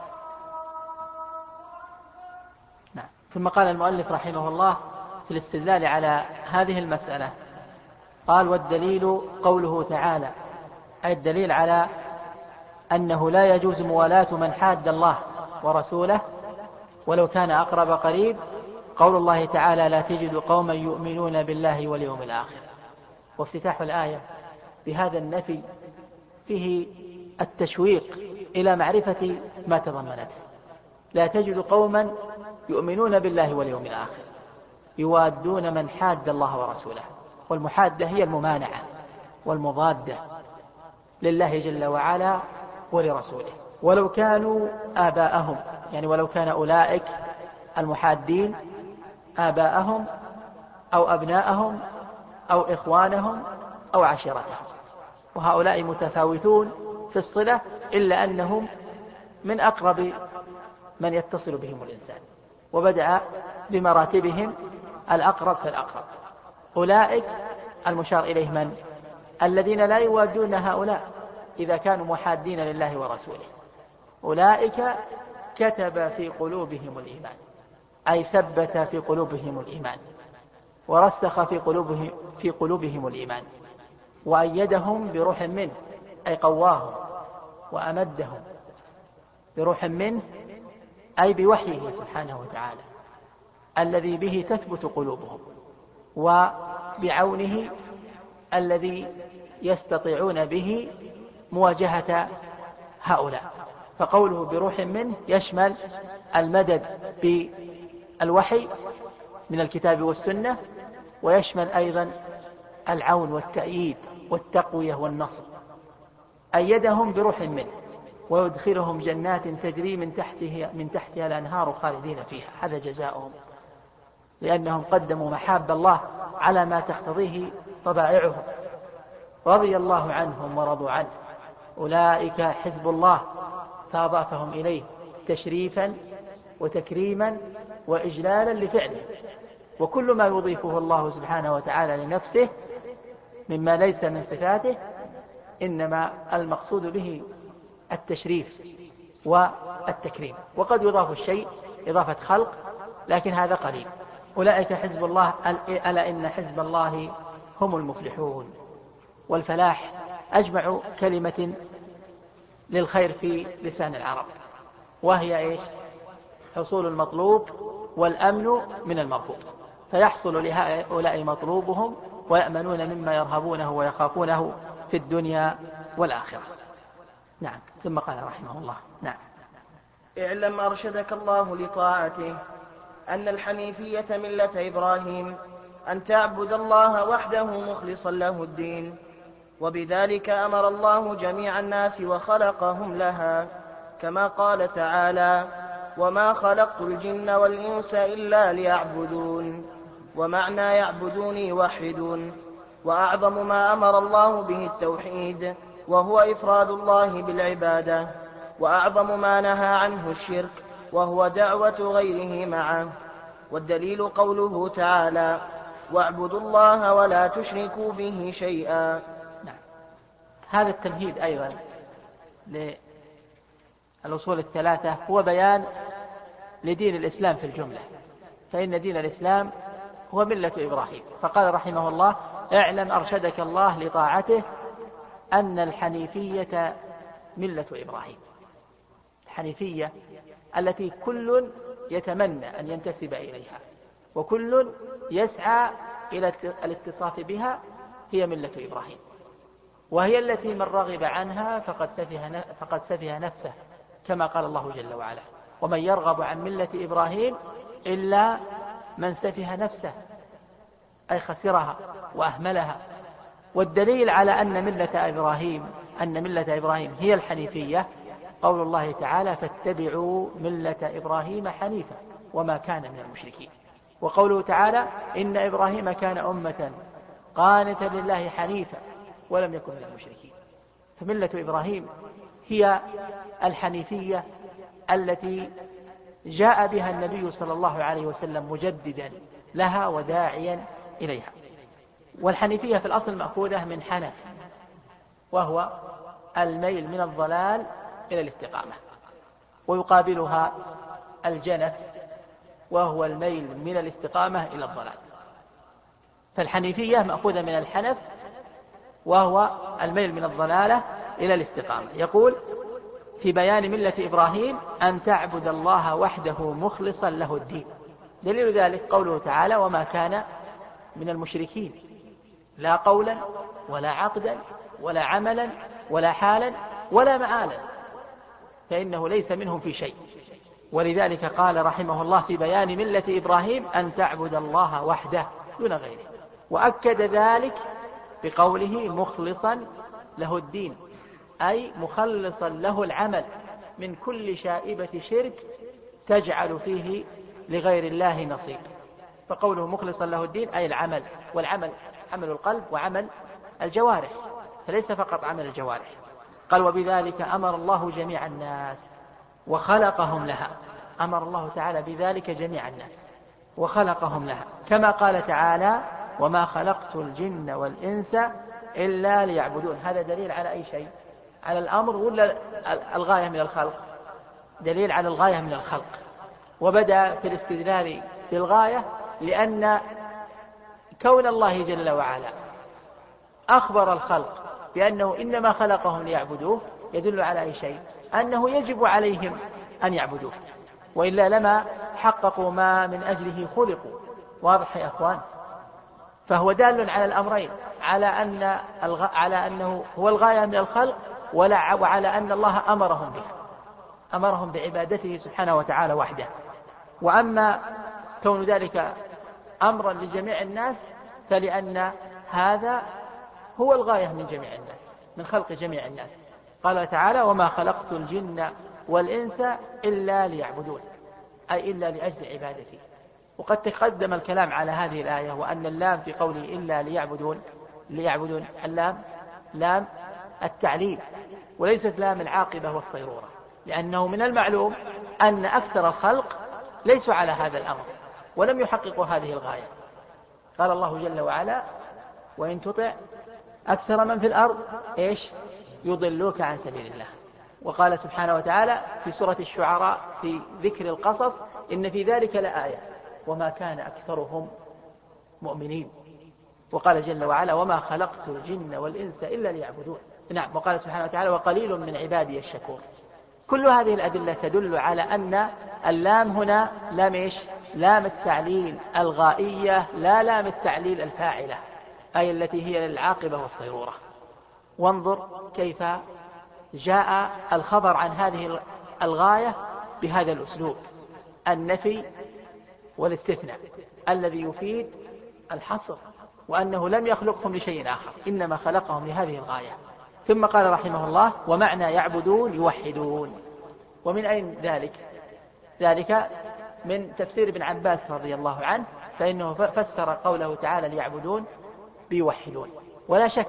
نعم. ثم قال المؤلف رحمه الله في الاستدلال على هذه المسألة قال: والدليل قوله تعالى، أي الدليل على أنه لا يجوز موالاة من حاد الله ورسوله ولو كان أقرب قريب، قول الله تعالى: لا تجد قوما يؤمنون بالله واليوم الآخر. وافتتاح الآية بهذا النفي فيه التشويق إلى معرفة ما تضمنته. لا تجد قوما يؤمنون بالله واليوم الآخر يوادون من حاد الله ورسوله، والمحادة هي الممانعة والمضادة لله جل وعلا ولرسوله، ولو كانوا آباءهم، يعني ولو كان أولئك المحادين آباءهم أو أبناءهم أو إخوانهم أو عشيرتهم، وهؤلاء متفاوتون في الصلة إلا أنهم من أقرب من يتصل بهم الإنسان، وبدأ بمراتبهم الأقرب فالأقرب. أولئك المشار إليه من؟ الذين لا يوادون هؤلاء إذا كانوا محادين لله ورسوله. أولئك كتب في قلوبهم الإيمان، أي ثبت في قلوبهم الإيمان ورسخ في قلوبهم, في قلوبهم الإيمان، وأيدهم بروح منه، أي قواهم وأمدهم بروح منه، أي بوحيه سبحانه وتعالى الذي به تثبت قلوبهم، وبعونه الذي يستطيعون به مواجهة هؤلاء. فقوله بروح منه يشمل المدد بالوحي من الكتاب والسنة، ويشمل أيضا العون والتأييد والتقوية والنصر. أيدهم بروح منه ويدخلهم جنات تجري من تحتها, من تحتها الأنهار خالدين فيها، هذا جزاؤهم، لأنهم قدموا محاب الله على ما تقتضيه طبائعهم. رضي الله عنهم ورضوا عنه، أولئك حزب الله، فأضافهم إليه تشريفا وتكريما وإجلالا لفعله. وكل ما يضيفه الله سبحانه وتعالى لنفسه مما ليس من صفاته إنما المقصود به التشريف والتكريم، وقد يضاف الشيء إضافة خلق، لكن هذا قليل. أولئك حزب الله، ألا إن حزب الله هم المفلحون. والفلاح أجمع كلمة للخير في لسان العرب، وهي إيش؟ حصول المطلوب والأمن من المرهوب، فيحصل لهؤلاء مطلوبهم ويأمنون مما يرهبونه ويخافونه في الدنيا والآخرة. نعم. ثم قال رحمه الله: نعم. اعلم أرشدك الله لطاعته أن الحنيفية ملة إبراهيم، أن تعبد الله وحده مخلصا له الدين، وبذلك أمر الله جميع الناس وخلقهم لها، كما قال تعالى: وما خلقت الجن والإنس إلا ليعبدون. ومعنى يعبدون يوحدون. وأعظم ما أمر الله به التوحيد، وهو إفراد الله بالعبادة، وأعظم ما نهى عنه الشرك، وهو دعوة غيره معه. والدليل قوله تعالى: واعبدوا الله ولا تشركوا به شيئا. نعم. هذا التمهيد أيضا للأصول الثلاثة هو بيان لدين الإسلام في الجملة، فإن دين الإسلام هو ملة إبراهيم. فقال رحمه الله: اعلم أرشدك الله لطاعته أن الحنيفية ملة إبراهيم، الحنيفية التي كل يتمنى أن ينتسب إليها وكل يسعى إلى الاتصاف بها، هي ملة إبراهيم، وهي التي من رغب عنها فقد سفه, فقد سفه نفسه، كما قال الله جل وعلا: ومن يرغب عن ملة إبراهيم إلا من سفه نفسه أي خسرها وأهملها. والدليل على أن ملة إبراهيم أن ملة إبراهيم هي الحنيفية قول الله تعالى فاتبعوا ملة إبراهيم حنيفا وما كان من المشركين. وقوله تعالى إن إبراهيم كان أمة قانتا لله حنيفا ولم يكن من المشركين. فملة إبراهيم هي الحنيفية التي جاء بها النبي صلى الله عليه وسلم مجددا لها وداعيا إليها. والحنيفية في الأصل مأخوذة من حنف وهو الميل من الضلال إلى الاستقامة، ويقابلها الجنف وهو الميل من الاستقامة إلى الضلال. فالحنيفية مأخوذة من الحنف وهو الميل من الضلالة إلى الاستقامة. يقول في بيان ملة إبراهيم أن تعبد الله وحده مخلصا له الدين. دليل ذلك قوله تعالى وما كان من المشركين، لا قولا ولا عقدا ولا عملا ولا حالا ولا مآلا، فإنه ليس منهم في شيء. ولذلك قال رحمه الله في بيان ملة إبراهيم أن تعبد الله وحده دون غيره، وأكد ذلك بقوله مخلصا له الدين أي مخلصا له العمل من كل شائبة شرك تجعل فيه لغير الله نصيب. فقوله مخلصا له الدين أي العمل، والعمل عمل القلب وعمل الجوارح، فليس فقط عمل الجوارح. قال وبذلك أمر الله جميع الناس وخلقهم لها. أمر الله تعالى بذلك جميع الناس وخلقهم لها، كما قال تعالى وما خلقت الجن والإنس إلا ليعبدون. هذا دليل على أي شيء؟ على الأمر ولا الغاية من الخلق؟ دليل على الغاية من الخلق. وبدأ في الاستدلال بالغاية لأن كون الله جل وعلا أخبر الخلق بأنه إنما خلقهم ليعبدوه يدل على أي شيء؟ أنه يجب عليهم أن يعبدوه، وإلا لما حققوا ما من أجله خلقوا. واضح يا أخوان؟ فهو دال على الأمرين، على أن الغ... على أنه هو الغاية من الخلق، وعلى أن الله أمرهم به، أمرهم بعبادته سبحانه وتعالى وحده. وأما كون ذلك أمرا لجميع الناس فلأن هذا هو الغاية من جميع الناس، من خلق جميع الناس. قال تعالى وما خلقت الجن والإنس إلا ليعبدون، أي إلا لأجل عبادتي. وقد تقدم الكلام على هذه الآية، وأن اللام في قوله إلا ليعبدون، ليعبدون اللام لام التعليل وليست لام العاقبة والصيرورة، لأنه من المعلوم أن أكثر الخلق ليسوا على هذا الأمر ولم يحققوا هذه الغاية. قال الله جل وعلا وإن تطع أكثر من في الأرض إيش يضلوك عن سبيل الله. وقال سبحانه وتعالى في سورة الشعراء في ذكر القصص إن في ذلك لآية وما كان أكثرهم مؤمنين. وقال جل وعلا وما خلقت الجن والإنس إلا ليعبدون. نعم. وقال سبحانه وتعالى وقليل من عبادي الشكور. كل هذه الأدلة تدل على أن اللام هنا لام إيش؟ لام التعليل الغائية، لا لام التعليل الفاعلة، أي التي هي للعاقبة والصيرورة. وانظر كيف جاء الخبر عن هذه الغاية بهذا الأسلوب، النفي والاستثناء الذي يفيد الحصر، وأنه لم يخلقهم لشيء آخر، إنما خلقهم لهذه الغاية. ثم قال رحمه الله ومعنى يعبدون يوحدون. ومن أين ذلك؟ ذلك من تفسير ابن عباس رضي الله عنه، فإنه فسر قوله تعالى ليعبدون بيوحدون. ولا شك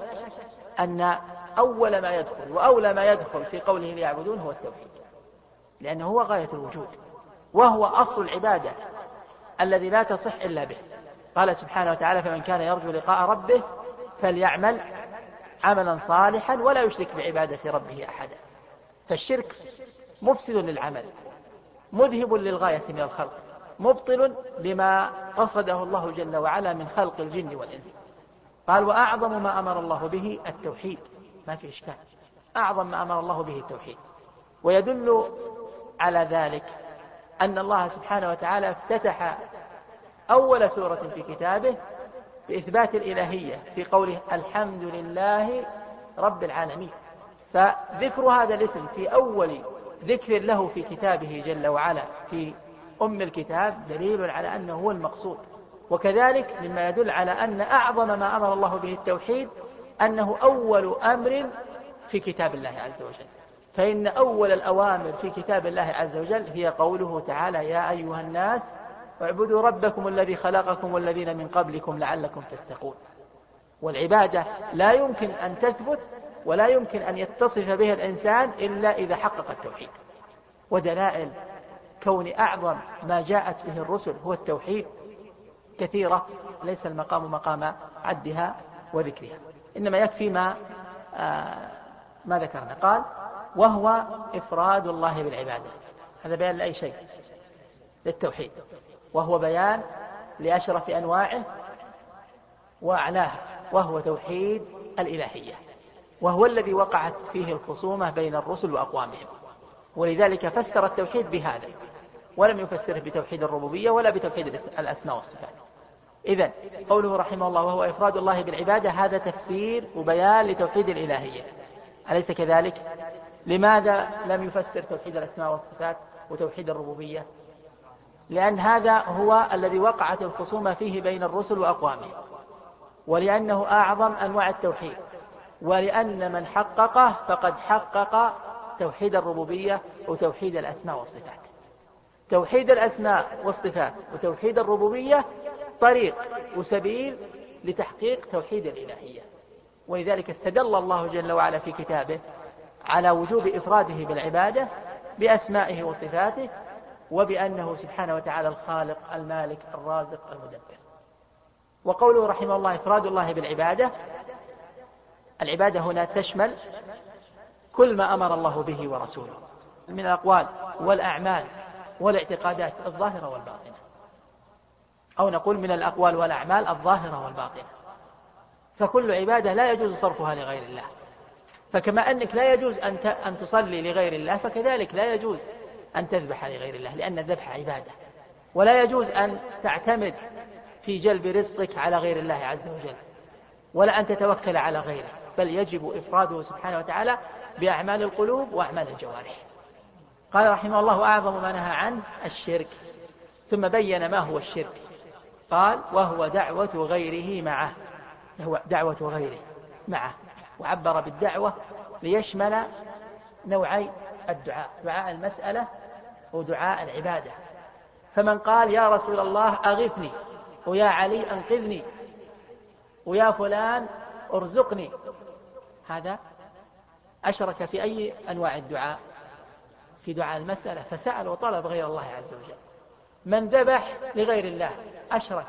أن أول ما يدخل وأولى ما يدخل في قوله ليعبدون هو التوحيد، لأنه هو غاية الوجود وهو أصل العبادة الذي لا تصح إلا به. قال سبحانه وتعالى فمن كان يرجو لقاء ربه فليعمل عملا صالحا ولا يشرك بعبادة ربه أحدا. فالشرك مفسد للعمل، مذهب للغاية من الخلق، مبطل لما قصده الله جل وعلا من خلق الجن والإنس. قال وأعظم ما أمر الله به التوحيد، ما في إشكال، أعظم ما أمر الله به التوحيد. ويدل على ذلك أن الله سبحانه وتعالى افتتح أول سورة في كتابه بإثبات الإلهية في قوله الحمد لله رب العالمين. فذكر هذا الاسم في أول ذكر له في كتابه جل وعلا في أم الكتاب دليل على أنه هو المقصود. وكذلك مما يدل على أن أعظم ما أمر الله به التوحيد أنه أول أمر في كتاب الله عز وجل. فإن أول الأوامر في كتاب الله عز وجل هي قوله تعالى: يا أيها الناس اعبدوا ربكم الذي خلقكم والذين من قبلكم لعلكم تتقون. والعبادة لا يمكن أن تثبت ولا يمكن أن يتصف بها الإنسان إلا إذا حقق التوحيد. ودلائل كون أعظم ما جاءت به الرسل هو التوحيد كثيرة، ليس المقام مقام عدها وذكرها، إنما يكفي ما آه ما ذكرنا. قال: وهو إفراد الله بالعبادة. هذا بيان لأي شيء؟ للتوحيد، وهو بيان لأشرف أنواعه وأعلاها، وهو توحيد الإلهية، وهو الذي وقعت فيه الخصومة بين الرسل وأقوامهم. ولذلك فسر التوحيد بهذا، ولم يفسره بتوحيد الربوبية ولا بتوحيد الأسماء والصفات. إذن قوله رحمه الله: وهو إفراد الله بالعبادة، هذا تفسير وبيان لتوحيد الإلهية، أليس كذلك؟ لماذا لم يفسر توحيد الأسماء والصفات وتوحيد الربوبية؟ لأن هذا هو الذي وقعت الخصومة فيه بين الرسل وأقوامهم، ولأنه أعظم أنواع التوحيد، ولأن من حققه فقد حقق توحيد الربوبية وتوحيد الأسماء والصفات. توحيد الأسماء والصفات وتوحيد الربوبية طريق وسبيل لتحقيق توحيد الإلهية. ولذلك استدل الله جل وعلا في كتابه على وجوب إفراده بالعبادة بأسمائه وصفاته، وبأنه سبحانه وتعالى الخالق المالك الرازق المدبر. وقوله رحمه الله: إفراد الله بالعبادة، العبادة هنا تشمل كل ما أمر الله به ورسوله من الأقوال والأعمال والاعتقادات الظاهرة والباطنة، أو نقول من الأقوال والأعمال الظاهرة والباطنة. فكل عبادة لا يجوز صرفها لغير الله. فكما أنك لا يجوز أن تصلي لغير الله، فكذلك لا يجوز أن تذبح لغير الله، لأن الذبح عبادة. ولا يجوز أن تعتمد في جلب رزقك على غير الله عز وجل، ولا أن تتوكل على غيره، بل يجب إفراده سبحانه وتعالى بأعمال القلوب وأعمال الجوارح. قال رحمه الله: أعظم ما نهى عنه الشرك. ثم بين ما هو الشرك، قال: وهو دعوة غيره معه. هو دعوة غيره معه، وعبر بالدعوة ليشمل نوعي الدعاء: دعاء المسألة ودعاء العبادة. فمن قال: يا رسول الله أغثني، ويا علي أنقذني، ويا فلان ارزقني، هذا أشرك في أي أنواع الدعاء؟ في دعاء المسألة، فسأل وطلب غير الله عز وجل. من ذبح لغير الله أشرك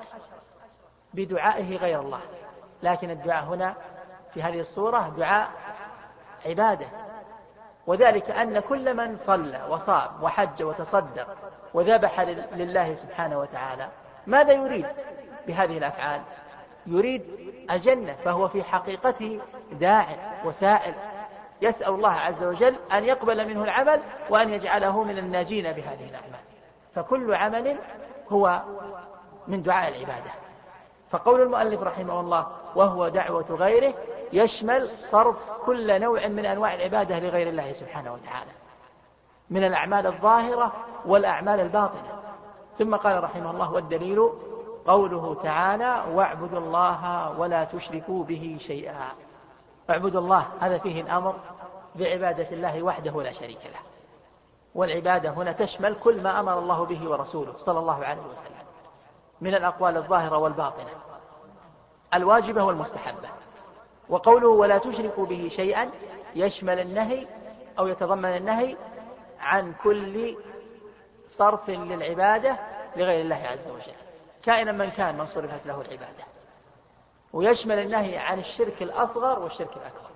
بدعائه غير الله. لكن الدعاء هنا في هذه الصورة دعاء عبادة، وذلك أن كل من صلى وصام وحج وتصدق وذبح لله سبحانه وتعالى ماذا يريد بهذه الأفعال؟ يريد الجنة، فهو في حقيقته داع وسائل، يسأل الله عز وجل أن يقبل منه العمل وأن يجعله من الناجين بهذه الأعمال. فكل عمل هو من دعاء العبادة. فقول المؤلف رحمه الله: وهو دعوة غيره، يشمل صرف كل نوع من أنواع العبادة لغير الله سبحانه وتعالى من الأعمال الظاهرة والأعمال الباطنة. ثم قال رحمه الله: والدليل قوله تعالى: واعبدوا الله ولا تشركوا به شيئا. اعبدوا الله، هذا فيه الأمر بعبادة الله وحده لا شريك له. والعبادة هنا تشمل كل ما أمر الله به ورسوله صلى الله عليه وسلم من الأقوال الظاهرة والباطنة، الواجبة والمستحبة. وقوله ولا تشركوا به شيئا يشمل النهي أو يتضمن النهي عن كل صرف للعبادة لغير الله عز وجل، كائنا من كان من صرفت له العبادة. ويشمل النهي عن الشرك الأصغر والشرك الأكبر،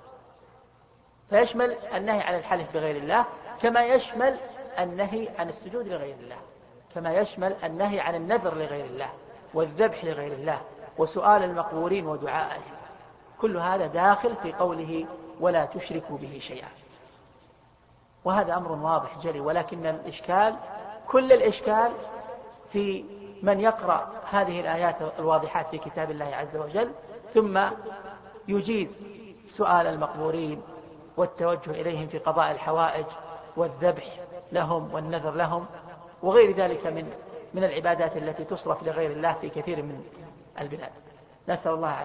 فيشمل النهي عن الحلف بغير الله، كما يشمل النهي عن السجود لغير الله، كما يشمل النهي عن النذر لغير الله والذبح لغير الله وسؤال المقبورين ودعائهم. كل هذا داخل في قوله ولا تشركوا به شيئا. وهذا أمر واضح جلي، ولكن الإشكال كل الإشكال في من يقرأ هذه الآيات الواضحات في كتاب الله عز وجل ثم يجيز سؤال المقبورين والتوجه إليهم في قضاء الحوائج والذبح لهم والنذر لهم وغير ذلك من من العبادات التي تصرف لغير الله في كثير من البلاد. نسأل الله